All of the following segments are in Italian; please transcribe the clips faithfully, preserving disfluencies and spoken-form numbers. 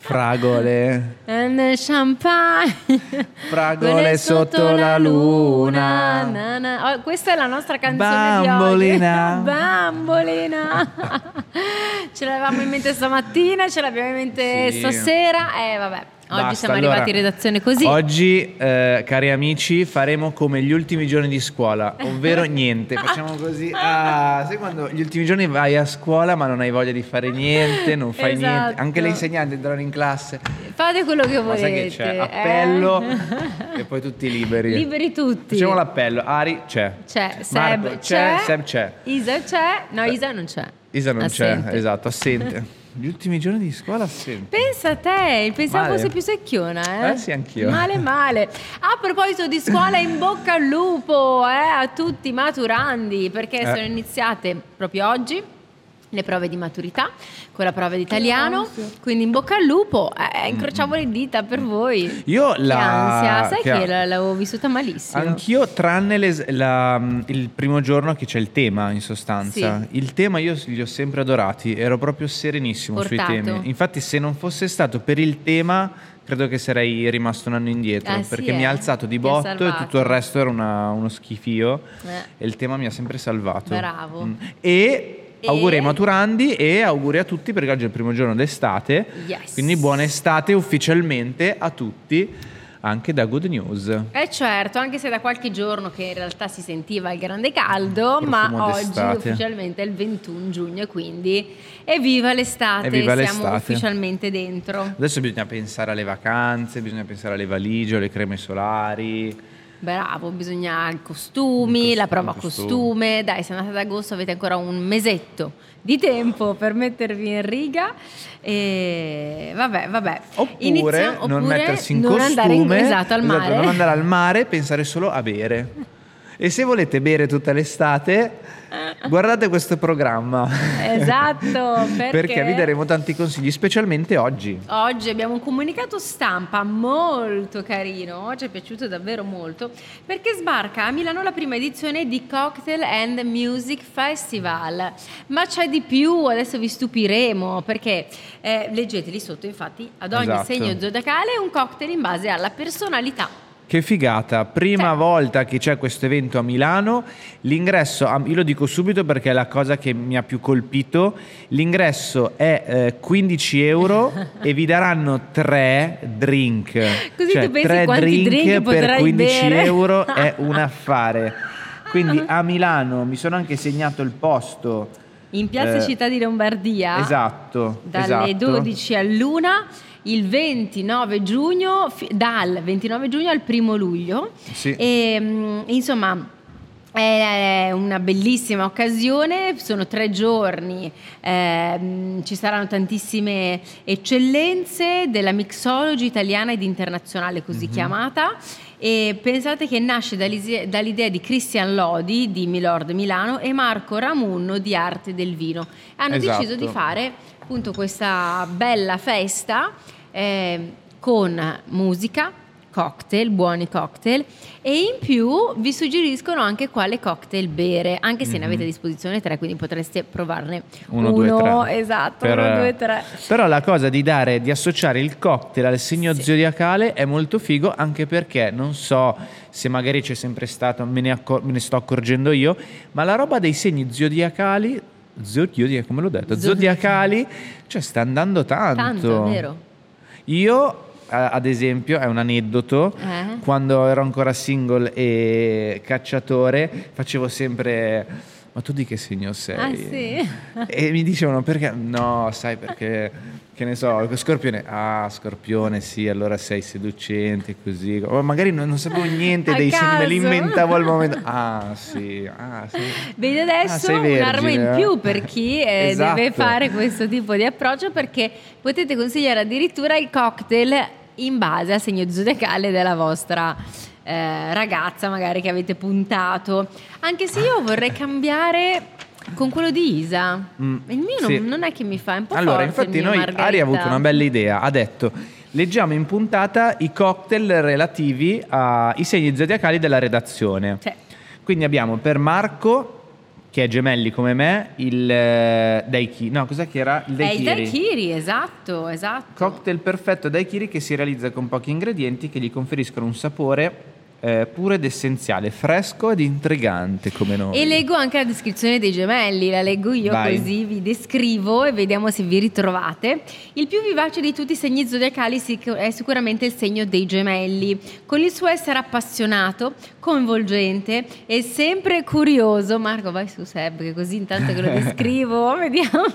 Fragole and champagne, fragole sotto la luna. Na, na. Oh, questa è la nostra canzone Bambolina. di oggi. Bambolina. Ce l'avevamo in mente stamattina, ce l'abbiamo in mente Sì. stasera. Eh vabbè, oggi Basta, siamo allora, arrivati in redazione così. Oggi, eh, cari amici, faremo come gli ultimi giorni di scuola, ovvero niente. Facciamo così. Ah, sai quando gli ultimi giorni vai a scuola ma non hai voglia di fare niente, non fai Esatto. niente. Anche le insegnanti entrano in classe. Fate quello che Ma volete. sai che c'è? Appello eh? e poi tutti liberi. Liberi tutti. Facciamo l'appello. Ari c'è. C'è, Marco Seb c'è, c'è, Seb c'è. Isa c'è. No, Isa non c'è. Isa non Assente. c'è, esatto, assente. Gli ultimi giorni di scuola assente. Pensa a te, pensavo Male. fosse più secchiona, eh? Eh sì, anch'io. Male male. A proposito di scuola, in bocca al lupo eh, a tutti i maturandi, perché Eh. sono iniziate proprio oggi le prove di maturità con la prova di italiano, quindi in bocca al lupo, eh, incrociavo le dita per voi. Io Che la ansia, sai che, che- la- l'avevo vissuta malissimo. Anch'io, tranne le- la- il primo giorno che c'è il tema, in sostanza. Sì. Il tema io li ho sempre adorati, ero proprio serenissimo Portato. sui temi. Infatti, se non fosse stato per il tema, credo che sarei rimasto un anno indietro, Eh sì, perché eh. mi ha alzato di Ti ha botto e salvato. tutto il resto era una- uno schifio. Eh. E il tema mi ha sempre salvato. Bravo. Mm. E... E- auguri ai maturandi e auguri a tutti perché oggi è il primo giorno d'estate. Yes. Quindi buona estate ufficialmente a tutti, anche da Good News. Eh certo, anche se da qualche giorno che in realtà si sentiva il grande caldo, ma Profumo oggi d'estate. ufficialmente è il ventuno giugno, quindi evviva l'estate, Evviva siamo l'estate. ufficialmente dentro. Adesso bisogna pensare alle vacanze, bisogna pensare alle valigie, alle creme solari. Bravo, bisogna i costumi, Il cost- la prova il costume. costume. Dai, se andate ad agosto avete ancora un mesetto di tempo per mettervi in riga. E vabbè, vabbè. Oppure Iniziamo- non oppure mettersi in non costume, andare in- esatto, al esatto, mare. non andare al mare, pensare solo a bere. E se volete bere tutta l'estate, guardate questo programma. Esatto, perché, Perché vi daremo tanti consigli, specialmente oggi. oggi abbiamo un comunicato stampa molto carino, ci è piaciuto davvero molto, perché sbarca a Milano la prima edizione di Cocktail and Music Festival. Ma c'è di più, adesso vi stupiremo, perché eh, leggete lì sotto, infatti, ad ogni Esatto. segno zodiacale un cocktail in base alla personalità. Che figata, prima Sì. volta che c'è questo evento a Milano, l'ingresso, ah, io lo dico subito perché è la cosa che mi ha più colpito, l'ingresso è eh, quindici euro e vi daranno tre drink. Così cioè tu pensi tre quanti drink, drink per potrai quindici bere. euro è un affare. Quindi a Milano mi sono anche segnato il posto. In Piazza Eh, Città di Lombardia, Esatto, dalle esatto. dodici all'una, il ventinove giugno, fi- dal ventinove giugno al primo luglio. Sì. E, mm, insomma, è una bellissima occasione, sono tre giorni, ehm, ci saranno tantissime eccellenze della mixology italiana ed internazionale, così chiamata, e pensate che nasce dall'ise- dall'idea di Christian Lodi di Milord Milano e Marco Ramunno di Arte del Vino. Hanno Esatto. deciso di fare appunto questa bella festa eh, con musica, cocktail, buoni cocktail, e in più vi suggeriscono anche quale cocktail bere, anche se ne avete a disposizione tre, quindi potreste provarne Uno, uno, due, tre. esatto, Per- uno, due, tre. Però la cosa di dare, di associare il cocktail al segno Sì. zodiacale è molto figo, anche perché non so se magari c'è sempre stato, me ne, accor- me ne sto accorgendo io, ma la roba dei segni zodiacali, zodiacali, come l'ho detto, Zod- zodiacali, cioè sta andando tanto. Tanto, è vero. Io, a- ad esempio, è un aneddoto, Eh? quando ero ancora single e cacciatore, facevo sempre: ma tu di che segno sei? Ah, sì? E mi dicevano: perché? No, sai, perché, che ne so, Scorpione. Ah, Scorpione, sì, allora sei seducente, così. O magari non, non sapevo niente A dei segni, me li caso. inventavo al momento. Ah, sì, ah, sì. Vedi Ah, adesso sei un'arma in vergine, eh? più per chi eh, Esatto. deve fare questo tipo di approccio, perché potete consigliare addirittura il cocktail in base al segno zodiacale della vostra eh, ragazza magari che avete puntato, anche se io vorrei cambiare con quello di Isa. Mm, Il mio sì. non, non è che mi fa, è un po' Allora, forte il infatti, mio noi Margherita. Ari ha avuto una bella idea. Ha detto: leggiamo in puntata i cocktail relativi ai segni zodiacali della redazione. Sì. Quindi abbiamo per Marco che è gemelli come me, il eh, daiquiri. No, cos'è che era? Il È il daiquiri. daiquiri, esatto, esatto. Cocktail perfetto daiquiri che si realizza con pochi ingredienti che gli conferiscono un sapore eh, puro ed essenziale, fresco ed intrigante come noi. E leggo anche la descrizione dei gemelli, la leggo io. Vai. Così vi descrivo e vediamo se vi ritrovate. Il più vivace di tutti i segni zodiacali è sicuramente il segno dei gemelli, con il suo essere appassionato, coinvolgente e sempre curioso. Marco, vai su Seb, che così intanto che lo descrivo, vediamo.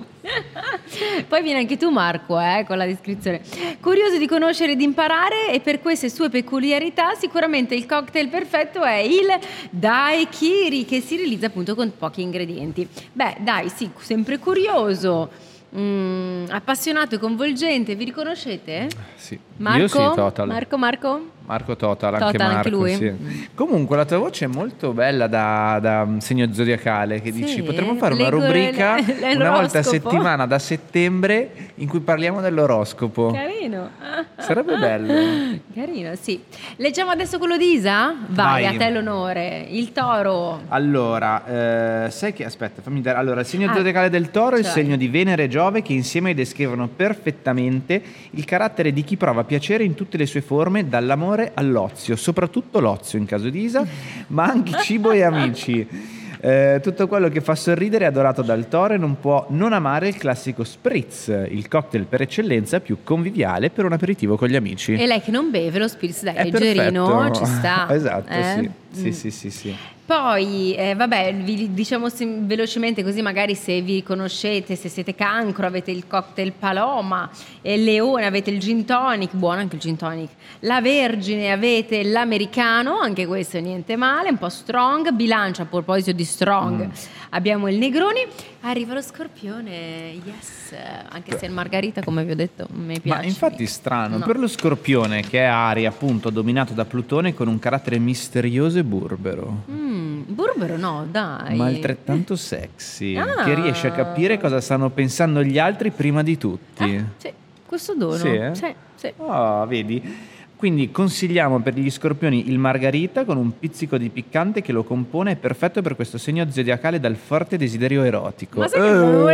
Poi vieni anche tu, Marco, eh, con la descrizione. Curioso di conoscere e di imparare, e per queste sue peculiarità sicuramente il cocktail perfetto è il daiquiri, che si realizza appunto con pochi ingredienti. Beh, dai, sì, sempre curioso, mm, appassionato e coinvolgente. Vi riconoscete? Sì. Marco? Io sì, total. Marco, Marco? Marco Total, anche Total, Marco, anche lui. sì. Comunque la tua voce è molto bella da, da segno zodiacale, che Sì, dici potremmo fare una leggo rubrica l- l- una volta a l'oroscopo. settimana da settembre in cui parliamo dell'oroscopo. Carino. Sarebbe bello. Carino, sì. Leggiamo adesso quello di Isa? Vai, Vai. a te l'onore. Il toro. Allora, eh, sai che aspetta, fammi dare. Allora, il segno Ah, zodiacale del Toro è il cioè. segno di Venere e Giove, che insieme descrivono perfettamente il carattere di chi prova piacere in tutte le sue forme, dall'amore all'ozio, soprattutto l'ozio in caso di Isa, ma anche cibo e amici. Eh, tutto quello che fa sorridere è adorato dal Toro e non può non amare il classico spritz, il cocktail per eccellenza più conviviale per un aperitivo con gli amici. E lei che non beve lo spritz, dai, È leggerino, perfetto. ci sta. Esatto, eh? sì. Sì, Mm. sì, sì, sì. Poi, eh, vabbè, vi diciamo sim- velocemente così magari se vi conoscete, se siete cancro avete il cocktail Paloma, e Leone avete il gin tonic, buono anche il gin tonic, la Vergine avete l'americano, anche questo è niente male, un po' strong, Bilancia, a proposito di strong, Mm. abbiamo il Negroni, arriva lo Scorpione, yes, anche se il Margarita come vi ho detto mi piace. Ma infatti strano, No. per lo Scorpione che è aria appunto dominato da Plutone con un carattere misterioso e burbero, Mm, burbero no, dai. ma altrettanto sexy, Ah. che riesce a capire cosa stanno pensando gli altri prima di tutti. Ah, sì, questo dono. Sì, eh? Sì, sì. Ah, vedi? Quindi consigliamo per gli scorpioni il margarita con un pizzico di piccante che lo compone, è perfetto per questo segno zodiacale dal forte desiderio erotico. Ma sai che non avevo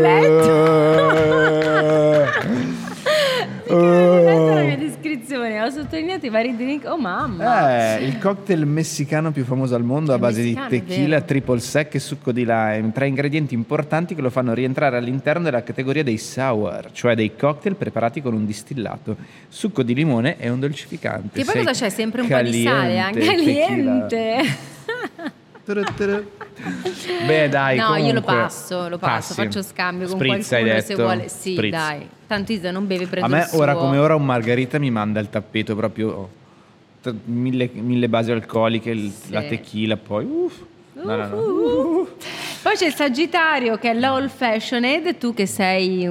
Mica avevo letto la mia descrizione, ho sottolineato i vari drink. Oh mamma! Eh, il cocktail messicano più famoso al mondo a È base messicano, di è tequila, vero. triple sec e succo di lime, tre ingredienti importanti che lo fanno rientrare all'interno della categoria dei sour, cioè dei cocktail preparati con un distillato, succo di limone e un dolcificante. Che poi Sei cosa c'è? Sempre un po' di sale, anche tequila. caliente. Turu, turu. Beh dai, No, io lo comunque, passo, lo passo, passi. faccio scambio con Spritz, hai qualcuno se detto? vuole. Sì, Spritz. dai. Tanto Isa non beve, prende A me il suo. ora come ora un margarita mi manda il tappeto proprio t- mille, mille basi alcoliche, il- Sì. la tequila, poi uff. No, no, no. Uh. Poi c'è il Sagittario che è l'old fashioned. Tu che sei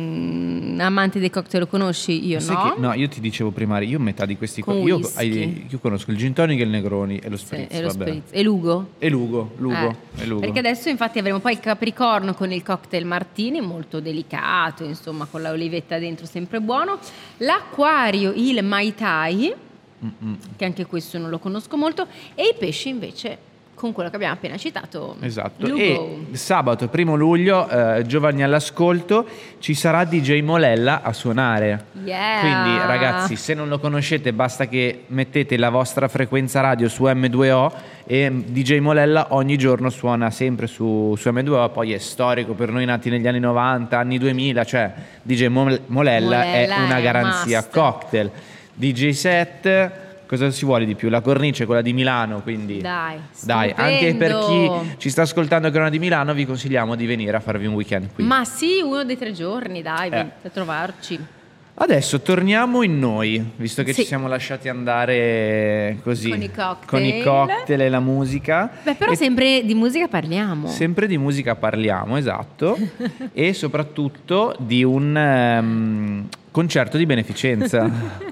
un amante dei cocktail lo conosci? Io Sai no. che- no, io ti dicevo prima, io metà di questi Con co- io, whisky. ai- io conosco il gin tonic e il Negroni e lo Sì, spritz, e lo vabbè. spritz. E Lugo? E Lugo, Lugo, Eh, e Lugo. Perché adesso infatti avremo poi il Capricorno con il cocktail Martini, molto delicato, insomma, con la olivetta dentro, sempre buono. L'Acquario, il Mai Tai, Mm-mm. che anche questo non lo conosco molto, e i pesci invece con quello che abbiamo appena citato. Esatto, Lugo. e sabato primo luglio, eh, giovani all'ascolto, ci sarà D J Molella a suonare. Yeah. Quindi ragazzi, se non lo conoscete basta che mettete la vostra frequenza radio su M due O e D J Molella ogni giorno suona sempre su, su M due O, poi è storico per noi nati negli anni novanta, anni duemila, cioè D J Mol- Molella, Molella è una è garanzia, must. cocktail, D J set, cosa si vuole di più? La cornice è quella di Milano, quindi Dai, dai, anche per chi stupendo. ci sta ascoltando che non è di Milano, vi consigliamo di venire a farvi un weekend qui. Ma sì, uno dei tre giorni, dai, Eh. venite a trovarci. Adesso torniamo in noi, visto che Sì. ci siamo lasciati andare così Con i cocktail. con i cocktail e la musica. Beh, però E sempre di musica parliamo. sempre di musica parliamo, esatto, e soprattutto di un ehm, concerto di beneficenza.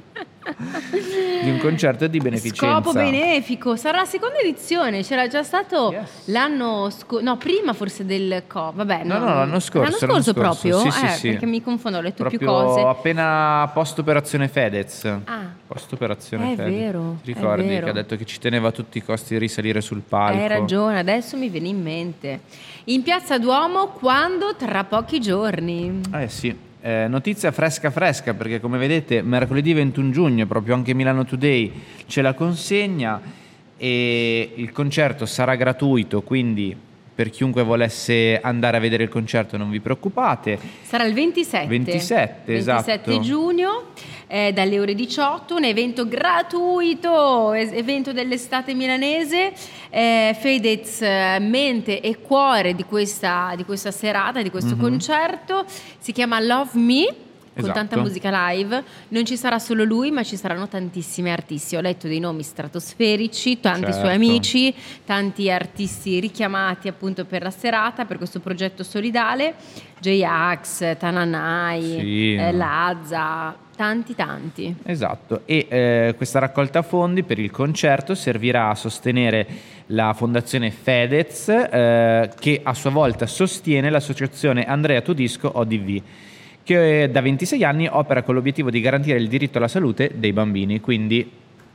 Di un concerto di beneficenza. Scopo benefico, sarà la seconda edizione, c'era già stato Yes. l'anno scorso, no, prima forse del co, vabbè, No, no, l'anno scorso, L'anno scorso l'anno scorso. proprio? Sì, sì, eh, sì. perché mi confondo, ho letto Proprio più cose. appena post operazione Fedez. Ah, costo operazione È Fede. vero, Ti è ricordi vero. che ha detto che ci teneva a tutti i costi di risalire sul palco? Hai ragione, adesso mi viene in mente. In Piazza Duomo quando? Tra pochi giorni. Eh sì, eh, notizia fresca fresca, perché come vedete mercoledì ventuno giugno, proprio anche Milano Today c'è la consegna e il concerto sarà gratuito, quindi per chiunque volesse andare a vedere il concerto non vi preoccupate. Sarà il ventisette. ventisette, esatto. ventisette giugno, eh, dalle ore diciotto, un evento gratuito, es- evento dell'estate milanese. Eh, Fedez, eh, mente e cuore di questa, di questa serata, di questo Mhm. concerto, si chiama Love Me. Con Esatto. tanta musica live, non ci sarà solo lui, ma ci saranno tantissimi artisti. Ho letto dei nomi stratosferici, tanti Certo. suoi amici, tanti artisti richiamati appunto per la serata, per questo progetto solidale. J-Ax, Tananai, Sì. eh, Lazza, tanti tanti. Esatto, e eh, questa raccolta fondi per il concerto servirà a sostenere la fondazione Fedez, eh, che a sua volta sostiene l'associazione Andrea Todisco O D V, che da ventisei anni opera con l'obiettivo di garantire il diritto alla salute dei bambini, quindi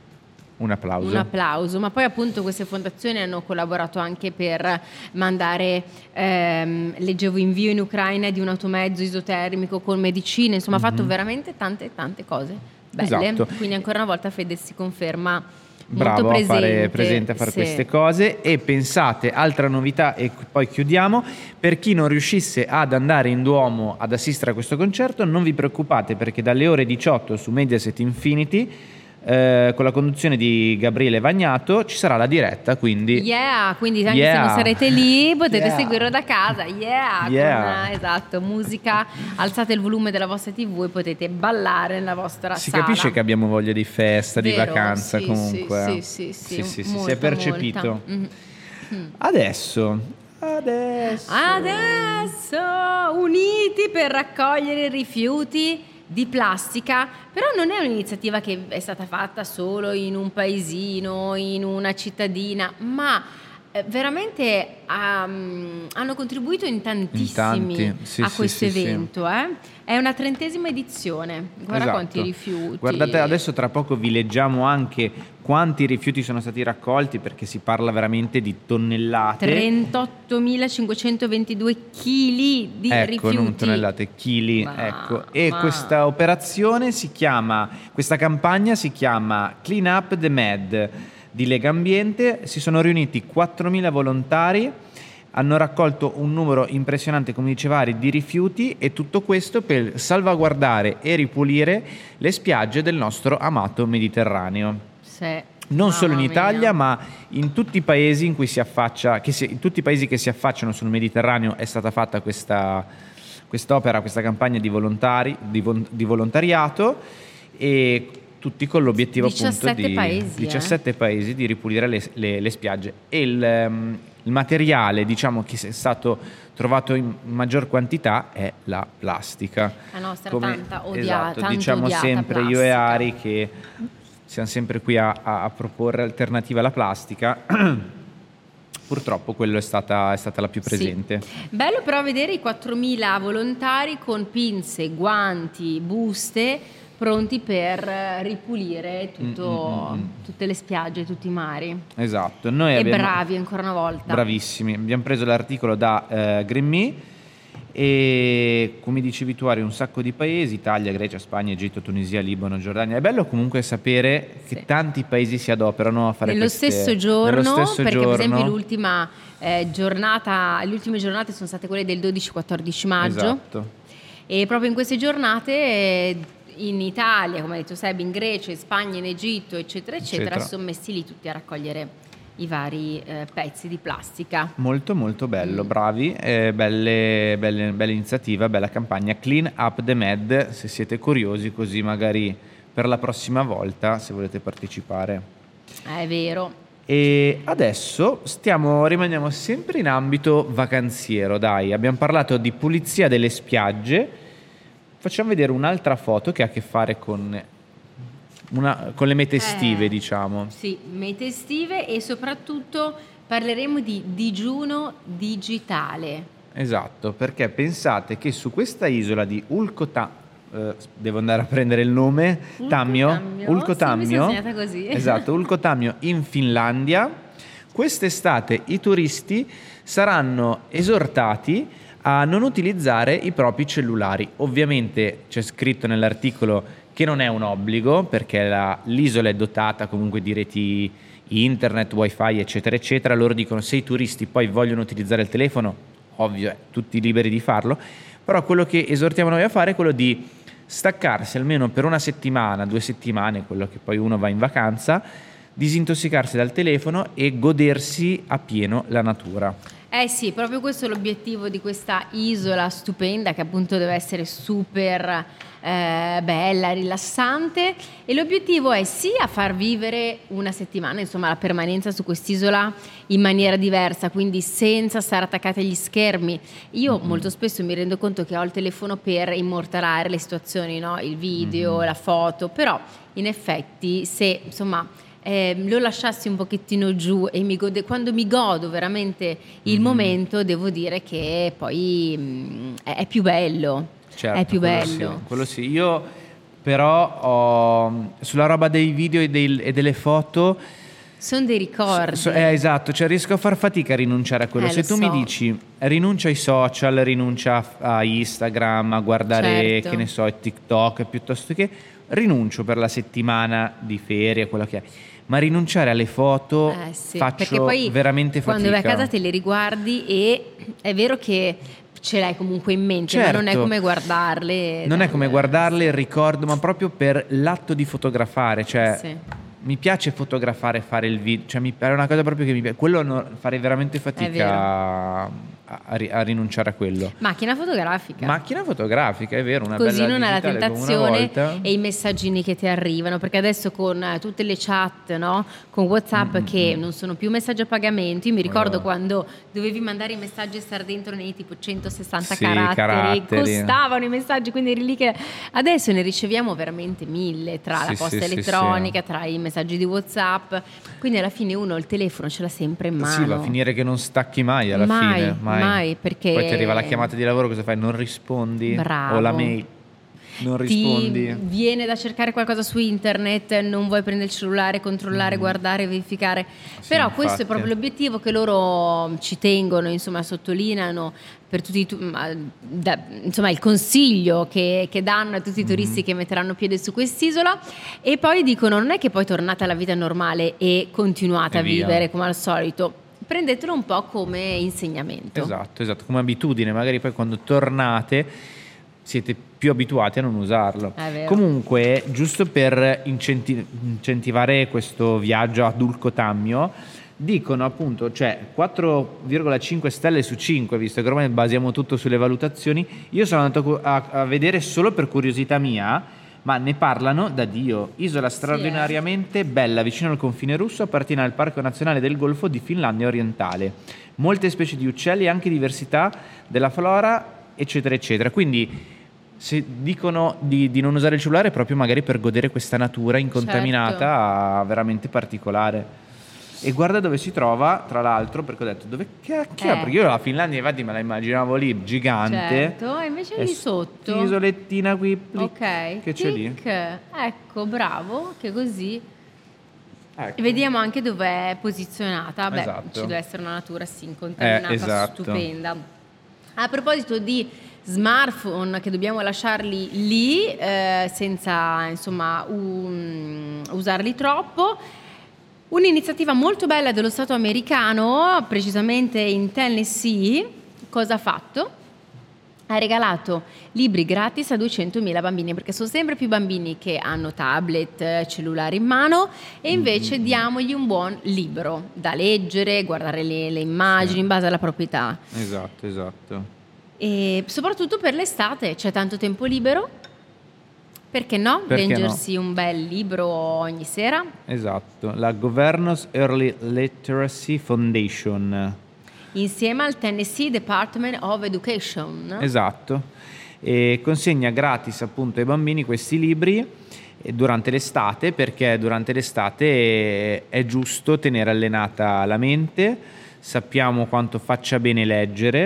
un applauso. Un applauso, ma poi appunto queste fondazioni hanno collaborato anche per mandare, ehm, leggevo invio in Ucraina di un automezzo isotermico con medicine, insomma ha fatto veramente tante tante cose belle. Esatto. Quindi ancora una volta Fedez si conferma Bravo molto presente, a fare presente a fare sì. queste cose. E pensate, altra novità e poi chiudiamo, per chi non riuscisse ad andare in Duomo ad assistere a questo concerto, non vi preoccupate, perché dalle ore diciotto su Mediaset Infinity, eh, con la conduzione di Gabriele Vagnato, ci sarà la diretta, quindi Yeah, quindi anche Yeah. se non sarete lì potete Yeah. seguirlo da casa. Yeah, Yeah. Con, eh, esatto, musica, alzate il volume della vostra tivù e potete ballare nella vostra si sala. capisce che abbiamo voglia di festa, di Vero? comunque. Sì, comunque. sì, sì, sì, sì, sì, sì, si molta, è percepito. molta. Mhm. Adesso, adesso, Adesso uniti per raccogliere i rifiuti di plastica, però non è un'iniziativa che è stata fatta solo in un paesino, in una cittadina, ma eh, veramente um, hanno contribuito in tantissimi In tanti, sì, a sì, questo sì, sì. evento. Eh? È una trentesima edizione, guarda Esatto. quanti rifiuti. Guardate, adesso tra poco vi leggiamo anche quanti rifiuti sono stati raccolti, perché si parla veramente di tonnellate. trentottomilacinquecentoventidue chili di ecco, rifiuti. non tonnellate, chili, Ma- ecco. E ma- questa operazione si chiama, questa campagna si chiama Clean Up the Med di Legambiente. Si sono riuniti quattromila volontari, hanno raccolto un numero impressionante, come diceva Ari, di rifiuti, e tutto questo per salvaguardare e ripulire le spiagge del nostro amato Mediterraneo. Sì, Non solo in mamma Italia, mia. ma in tutti i paesi in cui si affaccia, che si, in tutti i paesi che si affacciano sul Mediterraneo è stata fatta questa quest'opera, questa campagna di volontari, di, von- di volontariato, e tutti con l'obiettivo appunto diciassette di paesi, eh. diciassette paesi di ripulire le, le- le spiagge. E il, ehm, il materiale, diciamo, che è stato trovato in maggior quantità è la plastica. La nostra Come- tanta odiata, esatto, tanto diciamo odiata sempre io e plastica. Ari che siamo sempre qui a, a- a proporre alternative alla plastica. Purtroppo quello è stata, è stata la più presente. Sì. Bello però vedere i quattromila volontari con pinze, guanti, buste pronti per eh, ripulire tutto- Mm, mm, mm, mm. tutte le spiagge, tutti i mari. Esatto. Noi E abbiamo- bravi ancora una volta. Bravissimi. Abbiamo preso l'articolo da eh, Green Me, e come dicevi tu, Ari, un sacco di paesi: Italia, Grecia, Spagna, Egitto, Tunisia, Libano, Giordania. È bello comunque sapere che Sì. tanti paesi si adoperano a fare Nello queste- stesso giorno, nello stesso perché giorno. per esempio l'ultima eh, giornata, le ultime giornate sono state quelle del dodici quattordici maggio. Esatto. E proprio in queste giornate eh, in Italia, come ha detto Seb, in Grecia, in Spagna, in Egitto, eccetera, eccetera, Eccetera. si sono messi lì tutti a raccogliere i vari eh, pezzi di plastica. Molto molto bello, Mm. bravi, eh, belle, belle, bella iniziativa, bella campagna. Clean Up the Med, se siete curiosi, così magari per la prossima volta, se volete partecipare. Eh, È vero. E adesso stiamo, rimaniamo sempre in ambito vacanziero, dai. Abbiamo parlato di pulizia delle spiagge. Facciamo vedere un'altra foto che ha a che fare con, una, con le mete estive, Eh, diciamo. Sì, mete estive, e soprattutto parleremo di digiuno digitale. Esatto, perché pensate che su questa isola di Ulcota, eh, devo andare a prendere il nome, Ulco Tammio, Tammio. Ulco Sì, mi sono Tammio, segnata così. esatto, Ulco Tammio in Finlandia. Quest'estate i turisti saranno esortati a non utilizzare i propri cellulari. Ovviamente c'è scritto nell'articolo che non è un obbligo, perché la, l'isola è dotata comunque di reti internet, wifi, eccetera, eccetera. Loro dicono se i turisti poi vogliono utilizzare il telefono, ovvio, è tutti liberi di farlo, però quello che esortiamo noi a fare è quello di staccarsi almeno per una settimana, due settimane, quello che poi uno va in vacanza, disintossicarsi dal telefono e godersi a pieno la natura. Eh sì, proprio questo è l'obiettivo di questa isola stupenda, che appunto deve essere super eh, bella, rilassante, e l'obiettivo è sia far vivere una settimana, insomma la permanenza su quest'isola in maniera diversa, quindi senza stare attaccati agli schermi. Io mm-hmm. molto spesso mi rendo conto che ho il telefono per immortalare le situazioni, no? Il video, mm-hmm. la foto, però in effetti se insomma Eh, lo lasciassi un pochettino giù e mi gode, quando mi godo veramente il mm. momento, devo dire che poi mh, è, è più bello, certo, è più quello bello. Sì, quello sì. Io però ho, sulla roba dei video e, dei, e delle foto sono dei ricordi. So, eh, esatto, cioè riesco a far fatica a rinunciare a quello. Eh, Se tu so. mi dici rinuncia ai social, rinuncia a Instagram, a guardare, certo. che ne so, TikTok, piuttosto che rinnuncio per la settimana di ferie, quello che è. Ma rinunciare alle foto eh, sì, faccio perché poi veramente fatica. Quando vai a casa te le riguardi e è vero che ce l'hai comunque in mente, certo. ma non è come guardarle. Non dal... è come guardarle, il ricordo, ma proprio per l'atto di fotografare, cioè sì. mi piace fotografare, fare il video, cioè mi, è una cosa proprio che mi piace, quello no, farei veramente fatica a, a, a rinunciare a quello. Macchina fotografica. Macchina fotografica, è vero, una così bella non hai la tentazione volta. E i messaggini che ti arrivano, perché adesso con tutte le chat, no? Con WhatsApp mm-hmm. che non sono più messaggi a pagamento. Io mi ricordo oh. quando dovevi mandare i messaggi e stare dentro nei tipo centosessanta sì, caratteri, caratteri, costavano i messaggi, quindi eri lì che adesso ne riceviamo veramente mille tra sì, la posta sì, elettronica, sì, tra i messaggi di WhatsApp, quindi alla fine uno il telefono ce l'ha sempre in mano. Sì, va a finire che non stacchi mai alla mai, fine, mai, mai, perché poi ti arriva la chiamata di lavoro, cosa fai? Non rispondi? Bravo. O la mail? Non rispondi? Ti viene da cercare qualcosa su internet, non vuoi prendere il cellulare, controllare, mm. guardare, verificare. Sì, però infatti. Questo è proprio l'obiettivo che loro ci tengono, insomma sottolineano per tutti, da, insomma il consiglio che, che danno a tutti i turisti mm. che metteranno piede su quest'isola, e poi dicono non è che poi tornate alla vita normale e continuate e a via. vivere come al solito, prendetelo un po' come insegnamento. Esatto, esatto, come abitudine, magari poi quando tornate siete più abituati a non usarlo. Comunque, giusto per incenti- incentivare questo viaggio ad Ulco Tammio, dicono appunto, cioè quattro virgola cinque stelle su cinque, visto che ormai basiamo tutto sulle valutazioni. Io sono andato a, a vedere solo per curiosità mia, ma ne parlano da Dio. Isola straordinariamente sì, eh. bella, vicino al confine russo, appartiene al Parco Nazionale del Golfo di Finlandia Orientale. Molte specie di uccelli e anche diversità della flora, eccetera, eccetera. Quindi se dicono di, di non usare il cellulare, proprio magari per godere questa natura incontaminata, certo, veramente particolare. E guarda dove si trova, tra l'altro, perché ho detto dove cacchio, eh. perché io la Finlandia infatti me la immaginavo lì gigante, certo, e invece è lì sotto isolettina qui, ok, che c'è lì, ecco, bravo, che così ecco. Vediamo anche dove è posizionata. Beh, esatto, ci deve essere una natura sì, incontaminata, eh, esatto, stupenda. A proposito di smartphone che dobbiamo lasciarli lì eh, senza insomma um, usarli troppo, un'iniziativa molto bella dello Stato americano, precisamente in Tennessee, cosa ha fatto? Ha regalato libri gratis a duecentomila bambini, perché sono sempre più bambini che hanno tablet, cellulari in mano, e invece mm-hmm. diamogli un buon libro da leggere, guardare le, le immagini sì, in base alla proprietà. Esatto, esatto. E soprattutto per l'estate c'è tanto tempo libero, perché no? Perché leggersi no? un bel libro ogni sera. Esatto, la Governors Early Literacy Foundation insieme al Tennessee Department of Education. Esatto, e consegna gratis appunto ai bambini questi libri durante l'estate, perché durante l'estate è giusto tenere allenata la mente. Sappiamo quanto faccia bene leggere,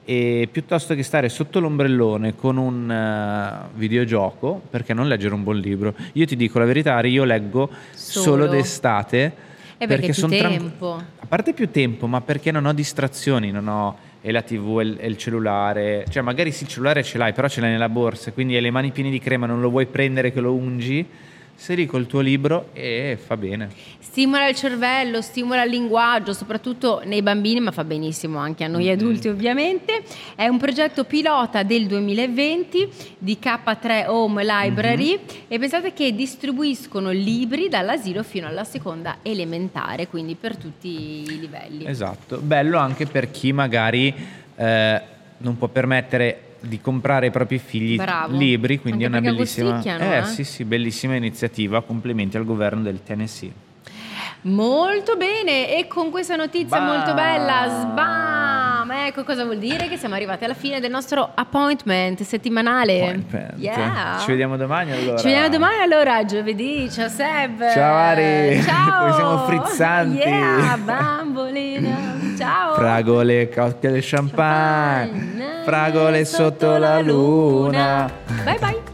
e piuttosto che stare sotto l'ombrellone con un uh, videogioco, perché non leggere un buon libro? Io ti dico la verità, Ari, io leggo solo, solo d'estate, e perché, perché son più tran- tempo. A parte più tempo, ma perché non ho distrazioni, non ho e la tivù e il, e il cellulare, cioè magari sì, il cellulare ce l'hai, però ce l'hai nella borsa, quindi hai le mani piene di crema, non lo vuoi prendere che lo ungi, sei lì col tuo libro e fa bene. Stimola il cervello, stimola il linguaggio, soprattutto nei bambini, ma fa benissimo anche a noi adulti ovviamente. È un progetto pilota del duemilaventi di K tre Home Library mm-hmm. e pensate che distribuiscono libri dall'asilo fino alla seconda elementare, quindi per tutti i livelli. Esatto, bello anche per chi magari eh, non può permettere di comprare ai propri figli Bravo. libri, quindi anche è una bellissima eh, eh sì sì bellissima iniziativa, complimenti al governo del Tennessee. Molto bene, e con questa notizia Bam. molto bella, sbam, ecco cosa vuol dire che siamo arrivati alla fine del nostro appointment settimanale. Appointment. Yeah. Ci vediamo domani allora. Ci vediamo domani allora, giovedì. Ciao Seb. Ciao Ari. Ciao. Poi siamo frizzanti. Yeah, bambolina. Ciao. Fragole, cocktail, champagne. champagne. Fragole sotto la luna. Bye bye.